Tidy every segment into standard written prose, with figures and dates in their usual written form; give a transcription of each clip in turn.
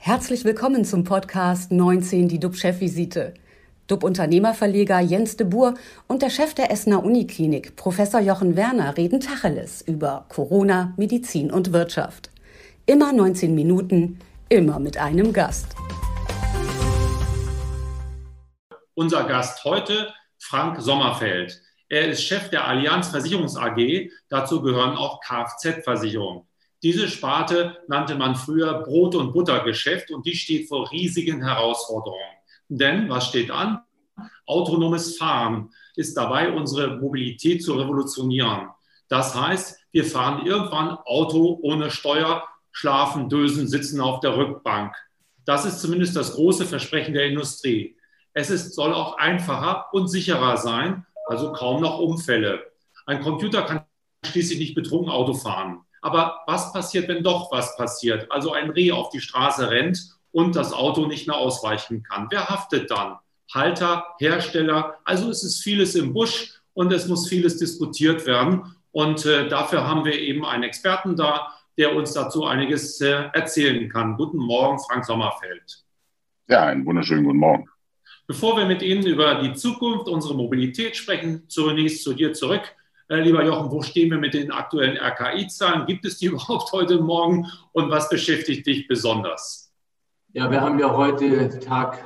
Herzlich willkommen zum Podcast 19, die DUB-Chefvisite. DUB-Unternehmerverleger Jens de Boer und der Chef der Essener Uniklinik, Professor Jochen Werner, reden Tacheles über Corona, Medizin und Wirtschaft. Immer 19 Minuten, immer mit einem Gast. Unser Gast heute, Frank Sommerfeld. Er ist Chef der Allianz Versicherungs AG, dazu gehören auch Kfz-Versicherungen. Diese Sparte nannte man früher Brot- und Buttergeschäft und die steht vor riesigen Herausforderungen. Denn, was steht an? Autonomes Fahren ist dabei, unsere Mobilität zu revolutionieren. Das heißt, wir fahren irgendwann Auto ohne Steuer, schlafen, dösen, sitzen auf der Rückbank. Das ist zumindest das große Versprechen der Industrie. Soll auch einfacher und sicherer sein, also kaum noch Unfälle. Ein Computer kann schließlich nicht betrunken Auto fahren. Aber was passiert, wenn doch was passiert? Also ein Reh auf die Straße rennt und das Auto nicht mehr ausweichen kann. Wer haftet dann? Halter, Hersteller, also es ist vieles im Busch und es muss vieles diskutiert werden. Und dafür haben wir eben einen Experten da, der uns dazu einiges erzählen kann. Guten Morgen, Frank Sommerfeld. Ja, einen wunderschönen guten Morgen. Bevor wir mit Ihnen über die Zukunft, unsere Mobilität sprechen, zunächst zu dir zurück. Lieber Jochen, wo stehen wir mit den aktuellen RKI-Zahlen? Gibt es die überhaupt heute Morgen und was beschäftigt dich besonders? Ja, wir haben ja heute Tag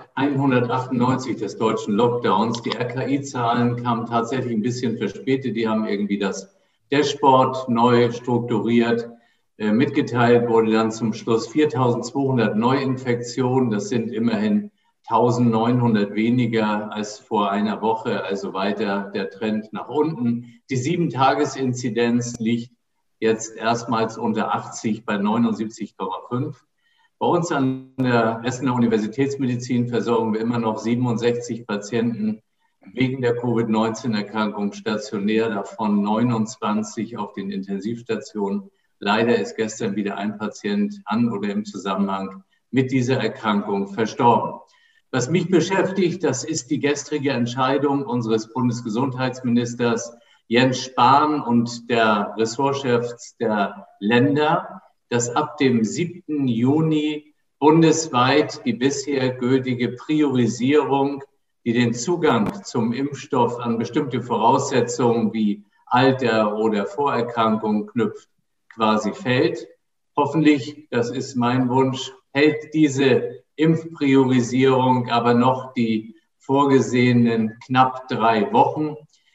198 des deutschen Lockdowns. Die RKI-Zahlen kamen tatsächlich ein bisschen verspätet. Die haben irgendwie das Dashboard neu strukturiert. Mitgeteilt wurde dann zum Schluss 4.200 Neuinfektionen. Das sind immerhin 1.900 weniger als vor einer Woche, also weiter der Trend nach unten. Die 7-Tages-Inzidenz liegt jetzt erstmals unter 80 bei 79,5. Bei uns an der Essener Universitätsmedizin versorgen wir immer noch 67 Patienten wegen der Covid-19-Erkrankung stationär, davon 29 auf den Intensivstationen. Leider ist gestern wieder ein Patient an oder im Zusammenhang mit dieser Erkrankung verstorben. Was mich beschäftigt, das ist die gestrige Entscheidung unseres Bundesgesundheitsministers Jens Spahn und der Ressortchefs der Länder, dass ab dem 7. Juni bundesweit die bisher gültige Priorisierung, die den Zugang zum Impfstoff an bestimmte Voraussetzungen wie Alter oder Vorerkrankung knüpft, quasi fällt. Hoffentlich, das ist mein Wunsch, hält diese Impfpriorisierung aber noch die vorgesehenen knapp 3 Wochen.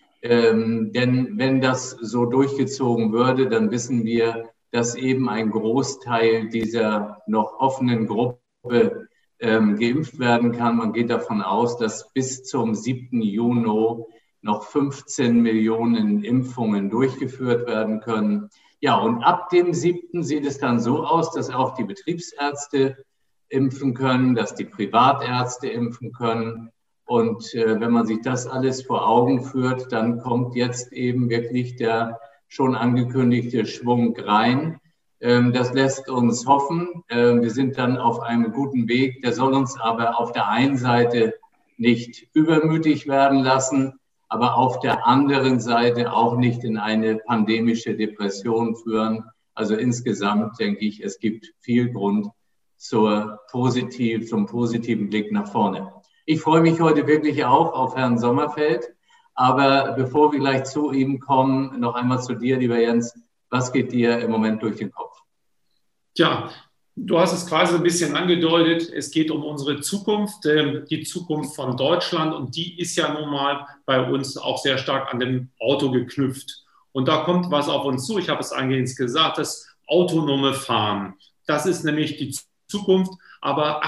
Denn wenn das so durchgezogen würde, dann wissen wir, dass eben ein Großteil dieser noch offenen Gruppe geimpft werden kann. Man geht davon aus, dass bis zum 7. Juni noch 15 Millionen Impfungen durchgeführt werden können. Ja, und ab dem 7. sieht es dann so aus, dass auch die Betriebsärzte impfen können, dass die Privatärzte impfen können. Und wenn man sich das alles vor Augen führt, dann kommt jetzt eben wirklich der schon angekündigte Schwung rein. Das lässt uns hoffen. Wir sind dann auf einem guten Weg. Der soll uns aber auf der einen Seite nicht übermütig werden lassen, aber auf der anderen Seite auch nicht in eine pandemische Depression führen. Also insgesamt denke ich, es gibt viel Grund zum positiven Blick nach vorne. Ich freue mich heute wirklich auch auf Herrn Sommerfeld. Aber bevor wir gleich zu ihm kommen, noch einmal zu dir, lieber Jens. Was geht dir im Moment durch den Kopf? Tja, du hast es quasi ein bisschen angedeutet. Es geht um unsere Zukunft, die Zukunft von Deutschland. Und die ist ja nun mal bei uns auch sehr stark an dem Auto geknüpft. Und da kommt was auf uns zu. Ich habe es eingehend gesagt, das autonome Fahren. Das ist nämlich die Zukunft, aber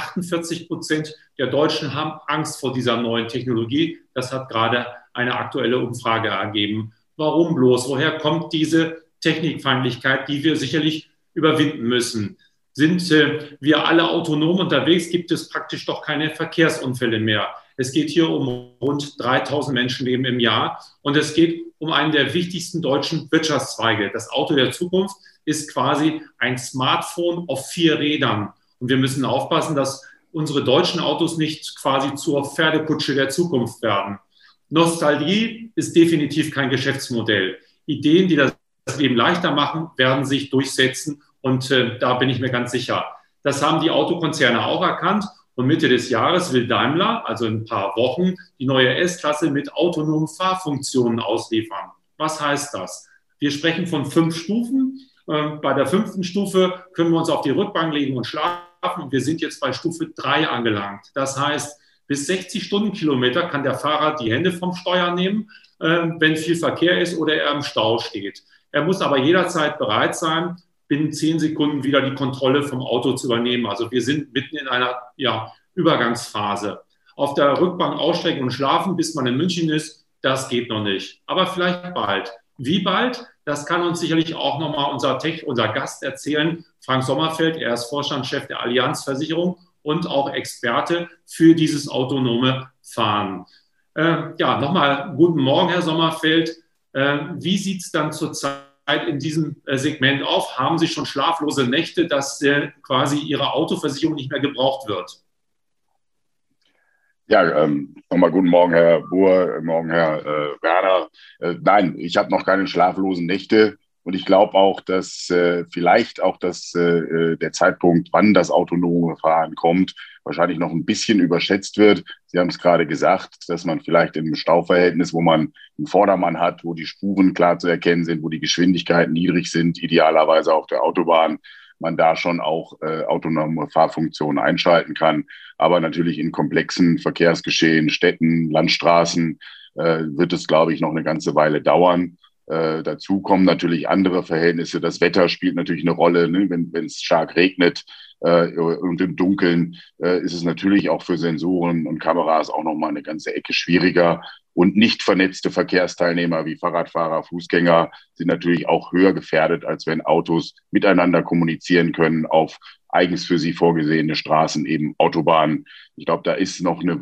48% der Deutschen haben Angst vor dieser neuen Technologie. Das hat gerade eine aktuelle Umfrage ergeben. Warum bloß? Woher kommt diese Technikfeindlichkeit, die wir sicherlich überwinden müssen? Sind wir alle autonom unterwegs, gibt es praktisch doch keine Verkehrsunfälle mehr. Es geht hier um rund 3.000 Menschenleben im Jahr und es geht um einen der wichtigsten deutschen Wirtschaftszweige. Das Auto der Zukunft ist quasi ein Smartphone auf 4 Rädern. Und wir müssen aufpassen, dass unsere deutschen Autos nicht quasi zur Pferdekutsche der Zukunft werden. Nostalgie ist definitiv kein Geschäftsmodell. Ideen, die das Leben leichter machen, werden sich durchsetzen. Und da bin ich mir ganz sicher. Das haben die Autokonzerne auch erkannt. Und Mitte des Jahres will Daimler, also in ein paar Wochen, die neue S-Klasse mit autonomen Fahrfunktionen ausliefern. Was heißt das? Wir sprechen von 5 Stufen. Bei der 5. Stufe können wir uns auf die Rückbank legen und schlafen. Und wir sind jetzt bei Stufe 3 angelangt. Das heißt, bis 60 Stundenkilometer kann der Fahrer die Hände vom Steuer nehmen, wenn viel Verkehr ist oder er im Stau steht. Er muss aber jederzeit bereit sein, binnen 10 Sekunden wieder die Kontrolle vom Auto zu übernehmen. Also wir sind mitten in einer Übergangsphase. Auf der Rückbank ausstrecken und schlafen, bis man in München ist, das geht noch nicht. Aber vielleicht bald. Wie bald? Das kann uns sicherlich auch nochmal unser Gast erzählen, Frank Sommerfeld. Er ist Vorstandschef der Allianz Versicherung und auch Experte für dieses autonome Fahren. Nochmal guten Morgen, Herr Sommerfeld. Wie sieht es dann zurzeit in diesem Segment auf? Haben Sie schon schlaflose Nächte, dass quasi Ihre Autoversicherung nicht mehr gebraucht wird? Ja, nochmal guten Morgen, Herr Buhr, morgen, Herr Werner. Nein, ich habe noch keine schlaflosen Nächte und ich glaube auch, dass vielleicht auch der Zeitpunkt, wann das autonome Fahren kommt, wahrscheinlich noch ein bisschen überschätzt wird. Sie haben es gerade gesagt, dass man vielleicht im Stauverhältnis, wo man einen Vordermann hat, wo die Spuren klar zu erkennen sind, wo die Geschwindigkeiten niedrig sind, idealerweise auf der Autobahn, man da schon auch autonome Fahrfunktionen einschalten kann. Aber natürlich in komplexen Verkehrsgeschehen, Städten, Landstraßen wird es, glaube ich, noch eine ganze Weile dauern. Dazu kommen natürlich andere Verhältnisse. Das Wetter spielt natürlich eine Rolle. Ne? Wenn es stark regnet und im Dunkeln ist es natürlich auch für Sensoren und Kameras auch nochmal eine ganze Ecke schwieriger. Und nicht vernetzte Verkehrsteilnehmer wie Fahrradfahrer, Fußgänger sind natürlich auch höher gefährdet, als wenn Autos miteinander kommunizieren können auf eigens für sie vorgesehene Straßen, eben Autobahnen. Ich glaube, da ist es noch eine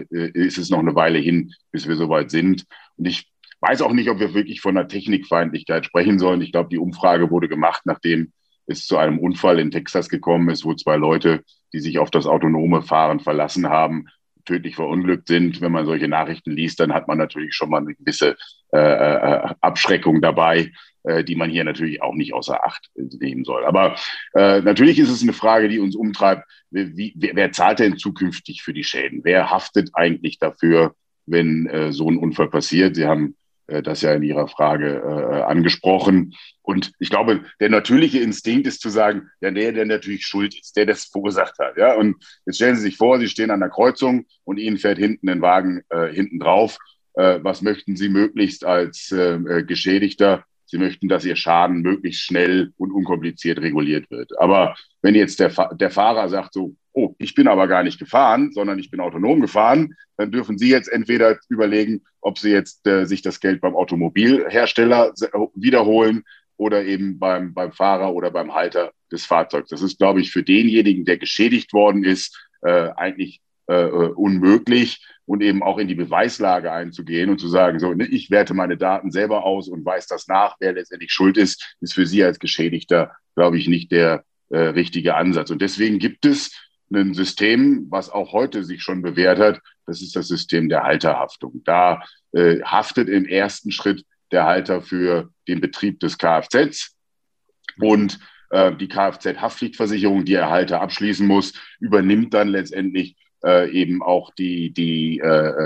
Weile hin, bis wir soweit sind. Und ich weiß auch nicht, ob wir wirklich von einer Technikfeindlichkeit sprechen sollen. Ich glaube, die Umfrage wurde gemacht, nachdem es zu einem Unfall in Texas gekommen ist, wo 2 Leute, die sich auf das autonome Fahren verlassen haben, tödlich verunglückt sind. Wenn man solche Nachrichten liest, dann hat man natürlich schon mal eine gewisse Abschreckung dabei, die man hier natürlich auch nicht außer Acht nehmen soll. Aber natürlich ist es eine Frage, die uns umtreibt. Wer zahlt denn zukünftig für die Schäden? Wer haftet eigentlich dafür, wenn so ein Unfall passiert? Sie haben das ja in Ihrer Frage angesprochen. Und ich glaube, der natürliche Instinkt ist zu sagen, ja, der natürlich schuld ist, der das verursacht hat. Ja? Und jetzt stellen Sie sich vor, Sie stehen an der Kreuzung und Ihnen fährt hinten ein Wagen hinten drauf. Was möchten Sie möglichst als Geschädigter? Sie möchten, dass Ihr Schaden möglichst schnell und unkompliziert reguliert wird. Aber wenn jetzt der Fahrer sagt so, oh, ich bin aber gar nicht gefahren, sondern ich bin autonom gefahren, dann dürfen Sie jetzt entweder überlegen, ob Sie jetzt sich das Geld beim Automobilhersteller wiederholen oder eben beim Fahrer oder beim Halter des Fahrzeugs. Das ist, glaube ich, für denjenigen, der geschädigt worden ist, eigentlich unmöglich und eben auch in die Beweislage einzugehen und zu sagen, so, ne, ich werte meine Daten selber aus und weiß das nach, wer letztendlich schuld ist für Sie als Geschädigter, glaube ich, nicht der richtige Ansatz. Und deswegen gibt es ein System, was auch heute sich schon bewährt hat, das ist das System der Halterhaftung. Da haftet im ersten Schritt der Halter für den Betrieb des Kfz und die Kfz-Haftpflichtversicherung, die der Halter abschließen muss, übernimmt dann letztendlich eben auch die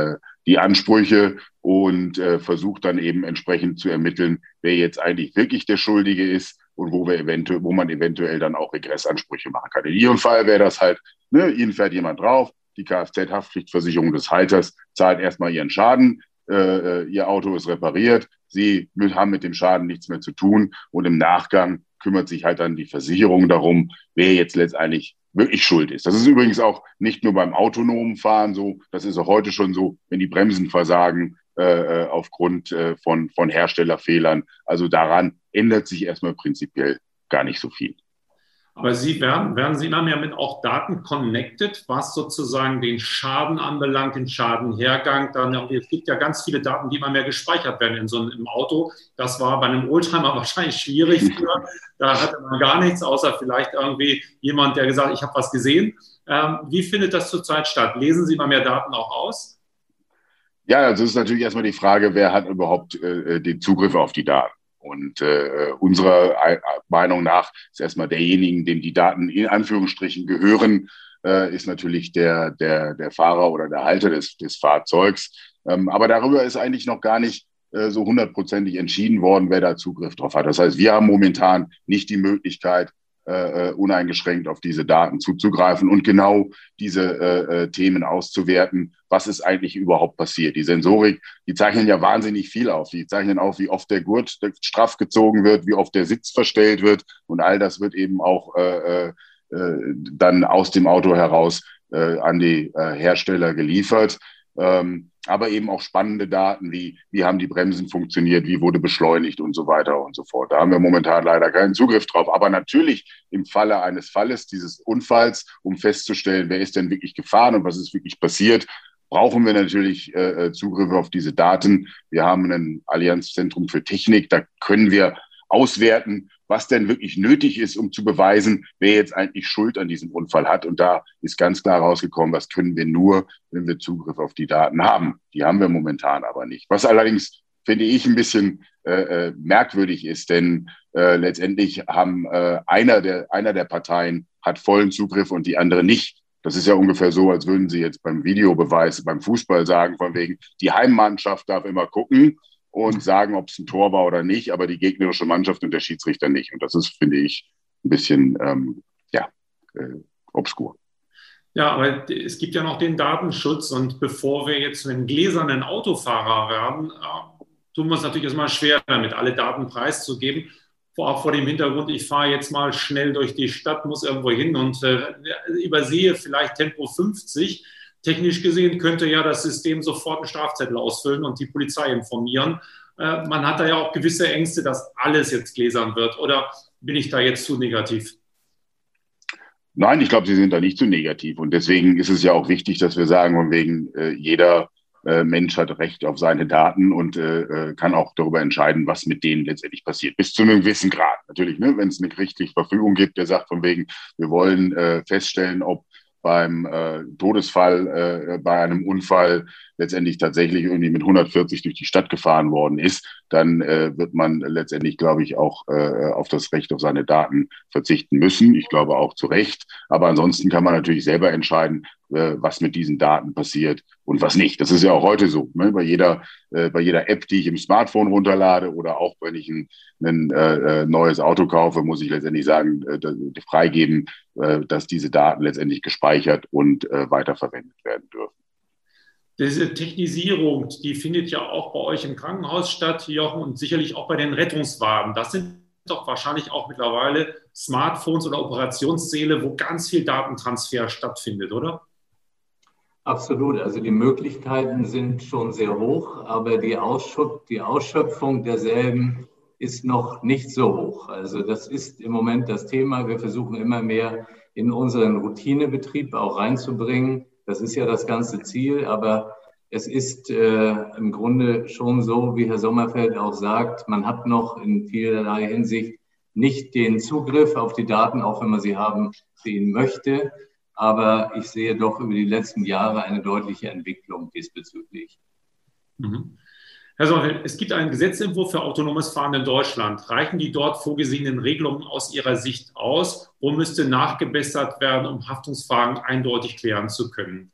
Ansprüche und versucht dann eben entsprechend zu ermitteln, wer jetzt eigentlich wirklich der Schuldige ist und wo man eventuell dann auch Regressansprüche machen kann. In Ihrem Fall wäre das halt, ne, Ihnen fährt jemand drauf, die Kfz-Haftpflichtversicherung des Halters zahlt erstmal Ihren Schaden, Ihr Auto ist repariert, Sie haben mit dem Schaden nichts mehr zu tun und im Nachgang kümmert sich halt dann die Versicherung darum, wer jetzt letztendlich wirklich schuld ist. Das ist übrigens auch nicht nur beim autonomen Fahren so, das ist auch heute schon so, wenn die Bremsen versagen aufgrund von Herstellerfehlern. Also daran ändert sich erstmal prinzipiell gar nicht so viel. Aber Sie werden Sie immer mehr mit auch Daten connected, was sozusagen den Schaden anbelangt, den Schadenhergang. Es gibt ja ganz viele Daten, die immer mehr gespeichert werden im Auto. Das war bei einem Oldtimer wahrscheinlich schwierig früher. Da hatte man gar nichts, außer vielleicht irgendwie jemand, der gesagt hat, ich habe was gesehen. Wie findet das zurzeit statt? Lesen Sie immer mehr Daten auch aus? Ja, also ist natürlich erstmal die Frage, wer hat überhaupt den Zugriff auf die Daten. Und unserer Meinung nach ist erstmal derjenigen, dem die Daten in Anführungsstrichen gehören, ist natürlich der Fahrer oder der Halter des Fahrzeugs. Aber darüber ist eigentlich noch gar nicht so hundertprozentig entschieden worden, wer da Zugriff drauf hat. Das heißt, wir haben momentan nicht die Möglichkeit, uneingeschränkt auf diese Daten zuzugreifen und genau diese Themen auszuwerten. Was ist eigentlich überhaupt passiert? Die Sensorik, die zeichnen ja wahnsinnig viel auf. Die zeichnen auf, wie oft der Gurt straff gezogen wird, wie oft der Sitz verstellt wird. Und all das wird eben auch dann aus dem Auto heraus an die Hersteller geliefert. Aber eben auch spannende Daten wie haben die Bremsen funktioniert, wie wurde beschleunigt und so weiter und so fort. Da haben wir momentan leider keinen Zugriff drauf. Aber natürlich im Falle eines Falles, dieses Unfalls, um festzustellen, wer ist denn wirklich gefahren und was ist wirklich passiert, brauchen wir natürlich Zugriff auf diese Daten. Wir haben ein Allianz-Zentrum für Technik, da können wir auswerten, was denn wirklich nötig ist, um zu beweisen, wer jetzt eigentlich Schuld an diesem Unfall hat. Und da ist ganz klar rausgekommen, was können wir nur, wenn wir Zugriff auf die Daten haben. Die haben wir momentan aber nicht. Was allerdings, finde ich, ein bisschen merkwürdig ist, denn letztendlich haben einer der Parteien hat vollen Zugriff und die andere nicht. Das ist ja ungefähr so, als würden Sie jetzt beim Videobeweis beim Fußball sagen, von wegen, die Heimmannschaft darf immer gucken und sagen, ob es ein Tor war oder nicht, aber die gegnerische Mannschaft und der Schiedsrichter nicht. Und das ist, finde ich, ein bisschen obskur. Ja, aber es gibt ja noch den Datenschutz. Und bevor wir jetzt zu den gläsernen Autofahrer werden, tun wir uns natürlich erstmal schwer damit, alle Daten preiszugeben. Auch vor dem Hintergrund, ich fahre jetzt mal schnell durch die Stadt, muss irgendwo hin und übersehe vielleicht Tempo 50. Technisch gesehen könnte ja das System sofort einen Strafzettel ausfüllen und die Polizei informieren. Man hat da ja auch gewisse Ängste, dass alles jetzt gläsern wird. Oder bin ich da jetzt zu negativ? Nein, ich glaube, Sie sind da nicht zu negativ. Und deswegen ist es ja auch wichtig, dass wir sagen, von wegen jeder Mensch hat Recht auf seine Daten und kann auch darüber entscheiden, was mit denen letztendlich passiert. Bis zu einem gewissen Grad. Natürlich, ne, wenn es eine gerichtliche Verfügung gibt, der sagt von wegen, wir wollen feststellen, ob beim Todesfall, bei einem Unfall letztendlich tatsächlich irgendwie mit 140 durch die Stadt gefahren worden ist, dann wird man letztendlich, glaube ich, auch auf das Recht auf seine Daten verzichten müssen. Ich glaube auch zu Recht. Aber ansonsten kann man natürlich selber entscheiden, was mit diesen Daten passiert und was nicht. Das ist ja auch heute so. Ne? Bei jeder App, die ich im Smartphone runterlade oder auch wenn ich ein neues Auto kaufe, muss ich letztendlich sagen, freigeben, dass diese Daten letztendlich gespeichert und weiterverwendet werden dürfen. Diese Technisierung, die findet ja auch bei euch im Krankenhaus statt, Jochen, und sicherlich auch bei den Rettungswagen. Das sind doch wahrscheinlich auch mittlerweile Smartphones oder Operationssäle, wo ganz viel Datentransfer stattfindet, oder? Absolut. Also die Möglichkeiten sind schon sehr hoch, aber die Ausschöpfung derselben ist noch nicht so hoch. Also das ist im Moment das Thema. Wir versuchen immer mehr in unseren Routinebetrieb auch reinzubringen. Das ist ja das ganze Ziel, aber es ist im Grunde schon so, wie Herr Sommerfeld auch sagt, man hat noch in vielerlei Hinsicht nicht den Zugriff auf die Daten, auch wenn man sie haben sehen möchte. Aber ich sehe doch über die letzten Jahre eine deutliche Entwicklung diesbezüglich. Mhm. Herr Sommerfeld, es gibt einen Gesetzentwurf für autonomes Fahren in Deutschland. Reichen die dort vorgesehenen Regelungen aus Ihrer Sicht aus? Wo müsste nachgebessert werden, um Haftungsfragen eindeutig klären zu können?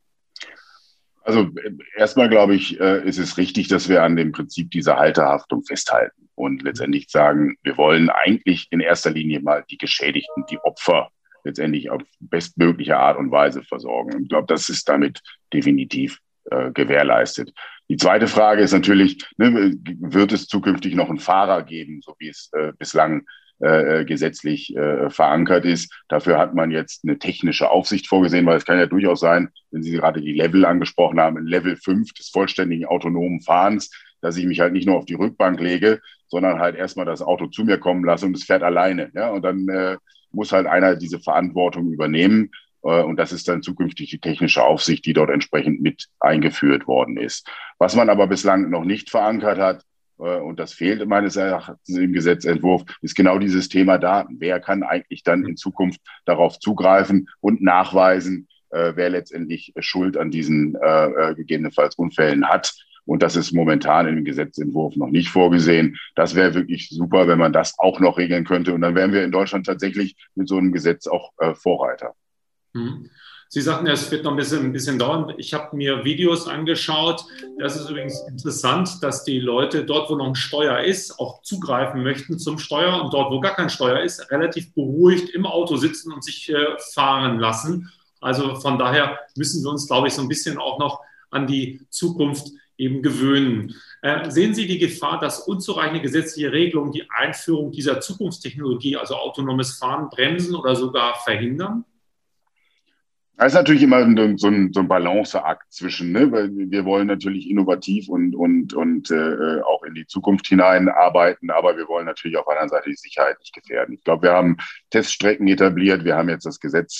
Also erstmal glaube ich, ist es richtig, dass wir an dem Prinzip dieser Halterhaftung festhalten und letztendlich sagen, wir wollen eigentlich in erster Linie mal die Geschädigten, die Opfer letztendlich auf bestmögliche Art und Weise versorgen. Ich glaube, das ist damit definitiv gewährleistet. Die zweite Frage ist natürlich, ne, wird es zukünftig noch einen Fahrer geben, so wie es bislang gesetzlich verankert ist. Dafür hat man jetzt eine technische Aufsicht vorgesehen, weil es kann ja durchaus sein, wenn Sie gerade die Level angesprochen haben, Level 5 des vollständigen autonomen Fahrens, dass ich mich halt nicht nur auf die Rückbank lege, sondern halt erstmal das Auto zu mir kommen lasse und es fährt alleine. Ja? Und dann muss halt einer diese Verantwortung übernehmen. Und das ist dann zukünftig die technische Aufsicht, die dort entsprechend mit eingeführt worden ist. Was man aber bislang noch nicht verankert hat, und das fehlt meines Erachtens im Gesetzentwurf, ist genau dieses Thema Daten. Wer kann eigentlich dann in Zukunft darauf zugreifen und nachweisen, wer letztendlich Schuld an diesen gegebenenfalls Unfällen hat? Und das ist momentan im Gesetzentwurf noch nicht vorgesehen. Das wäre wirklich super, wenn man das auch noch regeln könnte. Und dann wären wir in Deutschland tatsächlich mit so einem Gesetz auch Vorreiter. Sie sagten, es wird noch ein bisschen dauern. Ich habe mir Videos angeschaut. Das ist übrigens interessant, dass die Leute dort, wo noch ein Steuer ist, auch zugreifen möchten zum Steuer und dort, wo gar kein Steuer ist, relativ beruhigt im Auto sitzen und sich fahren lassen. Also von daher müssen wir uns, glaube ich, so ein bisschen auch noch an die Zukunft eben gewöhnen. Sehen Sie die Gefahr, dass unzureichende gesetzliche Regelungen die Einführung dieser Zukunftstechnologie, also autonomes Fahren, bremsen oder sogar verhindern? Das ist natürlich immer so ein Balanceakt zwischen, ne? Weil wir wollen natürlich innovativ und auch in die Zukunft hinein arbeiten, aber wir wollen natürlich auf der anderen Seite die Sicherheit nicht gefährden. Ich glaube, wir haben Teststrecken etabliert, wir haben jetzt das Gesetz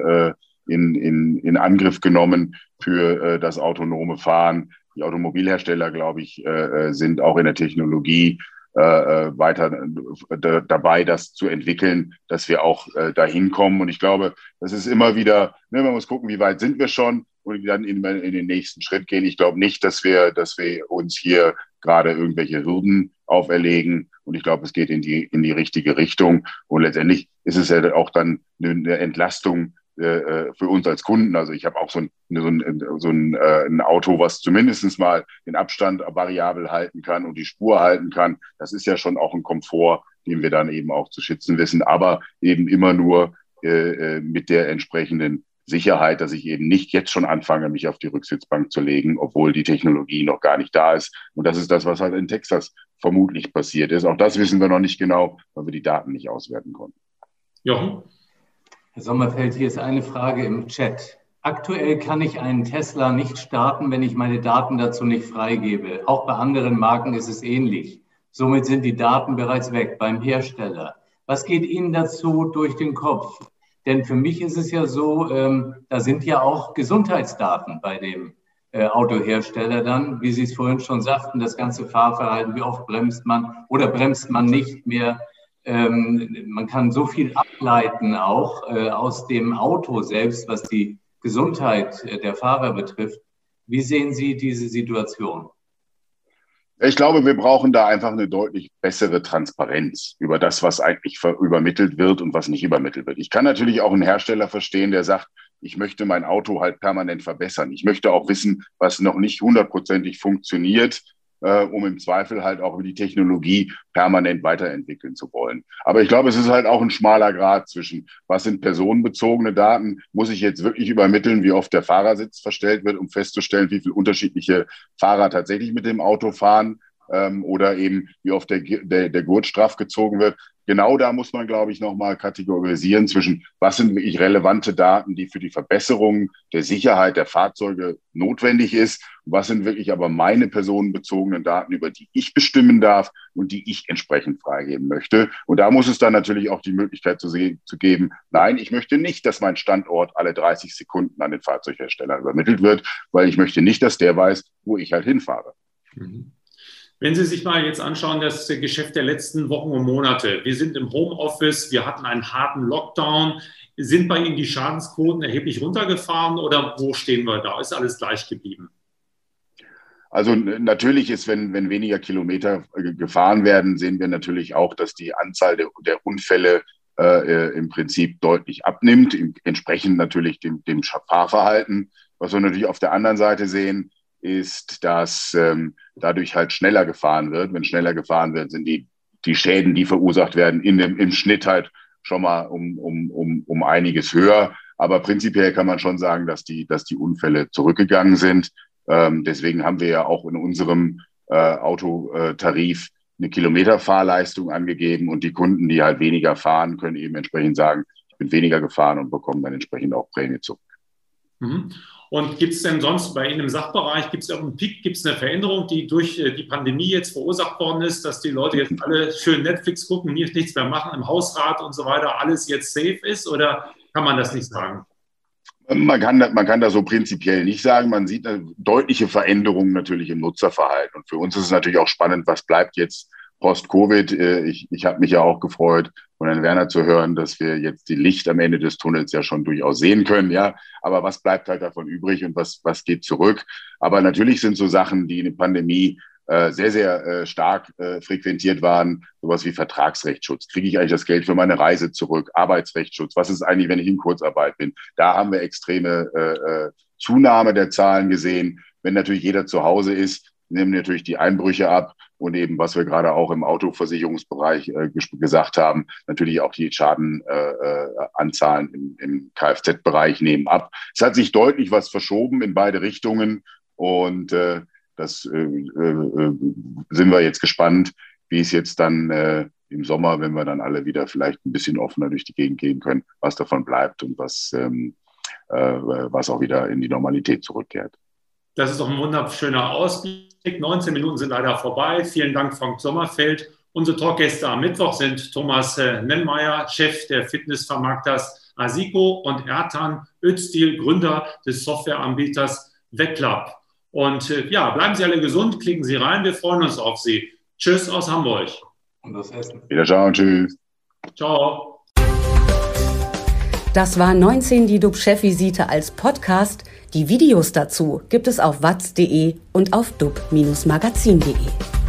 in Angriff genommen für das autonome Fahren. Die Automobilhersteller, glaube ich, sind auch in der Technologie weiter dabei, das zu entwickeln, dass wir auch dahin kommen. Und ich glaube, das ist immer wieder, ne, man muss gucken, wie weit sind wir schon und dann in den nächsten Schritt gehen. Ich glaube nicht, dass wir uns hier gerade irgendwelche Hürden auferlegen. Und ich glaube, es geht in die richtige Richtung. Und letztendlich ist es ja auch dann eine Entlastung für uns als Kunden. Also ich habe auch so ein Auto, was zumindest mal den Abstand variabel halten kann und die Spur halten kann. Das ist ja schon auch ein Komfort, den wir dann eben auch zu schützen wissen, aber eben immer nur mit der entsprechenden Sicherheit, dass ich eben nicht jetzt schon anfange, mich auf die Rücksitzbank zu legen, obwohl die Technologie noch gar nicht da ist. Und das ist das, was halt in Texas vermutlich passiert ist. Auch das wissen wir noch nicht genau, weil wir die Daten nicht auswerten konnten. Jochen? Herr Sommerfeld, hier ist eine Frage im Chat. Aktuell kann ich einen Tesla nicht starten, wenn ich meine Daten dazu nicht freigebe. Auch bei anderen Marken ist es ähnlich. Somit sind die Daten bereits weg beim Hersteller. Was geht Ihnen dazu durch den Kopf? Denn für mich ist es ja so, da sind ja auch Gesundheitsdaten bei dem Autohersteller dann, wie Sie es vorhin schon sagten, das ganze Fahrverhalten, wie oft bremst man oder bremst man nicht mehr. Man kann so viel ableiten auch aus dem Auto selbst, was die Gesundheit der Fahrer betrifft. Wie sehen Sie diese Situation? Ich glaube, wir brauchen da einfach eine deutlich bessere Transparenz über das, was eigentlich übermittelt wird und was nicht übermittelt wird. Ich kann natürlich auch einen Hersteller verstehen, der sagt, ich möchte mein Auto halt permanent verbessern. Ich möchte auch wissen, was noch nicht hundertprozentig funktioniert, um im Zweifel halt auch über die Technologie permanent weiterentwickeln zu wollen. Aber ich glaube, es ist halt auch ein schmaler Grat zwischen, was sind personenbezogene Daten? Muss ich jetzt wirklich übermitteln, wie oft der Fahrersitz verstellt wird, um festzustellen, wie viele unterschiedliche Fahrer tatsächlich mit dem Auto fahren? Oder eben, wie oft der Gurt straff gezogen wird. Genau da muss man, glaube ich, nochmal kategorisieren zwischen, was sind wirklich relevante Daten, die für die Verbesserung der Sicherheit der Fahrzeuge notwendig ist, und was sind wirklich aber meine personenbezogenen Daten, über die ich bestimmen darf und die ich entsprechend freigeben möchte. Und da muss es dann natürlich auch die Möglichkeit zu geben, nein, ich möchte nicht, dass mein Standort alle 30 Sekunden an den Fahrzeughersteller übermittelt wird, weil ich möchte nicht, dass der weiß, wo ich halt hinfahre. Mhm. Wenn Sie sich mal jetzt anschauen, das Geschäft der letzten Wochen und Monate. Wir sind im Homeoffice, wir hatten einen harten Lockdown. Sind bei Ihnen die Schadensquoten erheblich runtergefahren oder wo stehen wir da? Ist alles gleich geblieben? Also natürlich ist, wenn weniger Kilometer gefahren werden, sehen wir natürlich auch, dass die Anzahl der Unfälle im Prinzip deutlich abnimmt, entsprechend natürlich dem Fahrverhalten. Was wir natürlich auf der anderen Seite sehen, ist, dass dadurch halt schneller gefahren wird. Wenn schneller gefahren wird, sind die Schäden, die verursacht werden, im Schnitt halt schon mal um einiges höher. Aber prinzipiell kann man schon sagen, dass die Unfälle zurückgegangen sind. Deswegen haben wir ja auch in unserem Autotarif eine Kilometerfahrleistung angegeben und die Kunden, die halt weniger fahren, können eben entsprechend sagen, ich bin weniger gefahren und bekommen dann entsprechend auch Prämie zurück. Mhm. Und gibt es denn sonst bei Ihnen im Sachbereich, gibt es irgendeinen Peak, gibt es eine Veränderung, die durch die Pandemie jetzt verursacht worden ist, dass die Leute jetzt alle schön Netflix gucken, nichts mehr machen, im Hausrat und so weiter, alles jetzt safe ist, oder kann man das nicht sagen? Man kann das so prinzipiell nicht sagen. Man sieht eine deutliche Veränderung natürlich im Nutzerverhalten. Und für uns ist es natürlich auch spannend, was bleibt jetzt Post-Covid. Ich habe mich ja auch gefreut, von Herrn Werner zu hören, dass wir jetzt die Licht am Ende des Tunnels ja schon durchaus sehen können. Ja, aber was bleibt halt davon übrig und was geht zurück? Aber natürlich sind so Sachen, die in der Pandemie sehr, sehr stark frequentiert waren, sowas wie Vertragsrechtsschutz. Kriege ich eigentlich das Geld für meine Reise zurück? Arbeitsrechtsschutz? Was ist eigentlich, wenn ich in Kurzarbeit bin? Da haben wir extreme Zunahme der Zahlen gesehen. Wenn natürlich jeder zu Hause ist, nehmen natürlich die Einbrüche ab und eben, was wir gerade auch im Autoversicherungsbereich gesagt haben, natürlich auch die Schadenanzahlen im Kfz-Bereich nehmen ab. Es hat sich deutlich was verschoben in beide Richtungen und das sind wir jetzt gespannt, wie es jetzt dann im Sommer, wenn wir dann alle wieder vielleicht ein bisschen offener durch die Gegend gehen können, was davon bleibt und was auch wieder in die Normalität zurückkehrt. Das ist doch ein wunderschöner Ausblick. 19 Minuten sind leider vorbei. Vielen Dank, Frank Sommerfeld. Unsere Talkgäste am Mittwoch sind Thomas Nennmeyer, Chef der Fitnessvermarkters Asiko, und Ertan Öztil, Gründer des Softwareanbieters Wecklab. Und bleiben Sie alle gesund, klicken Sie rein, wir freuen uns auf Sie. Tschüss aus Hamburg. Und aus Hessen. Wieder ciao, tschüss. Ciao. Das war 19 die DUB-Chefvisite als Podcast. Die Videos dazu gibt es auf watz.de und auf dub-magazin.de.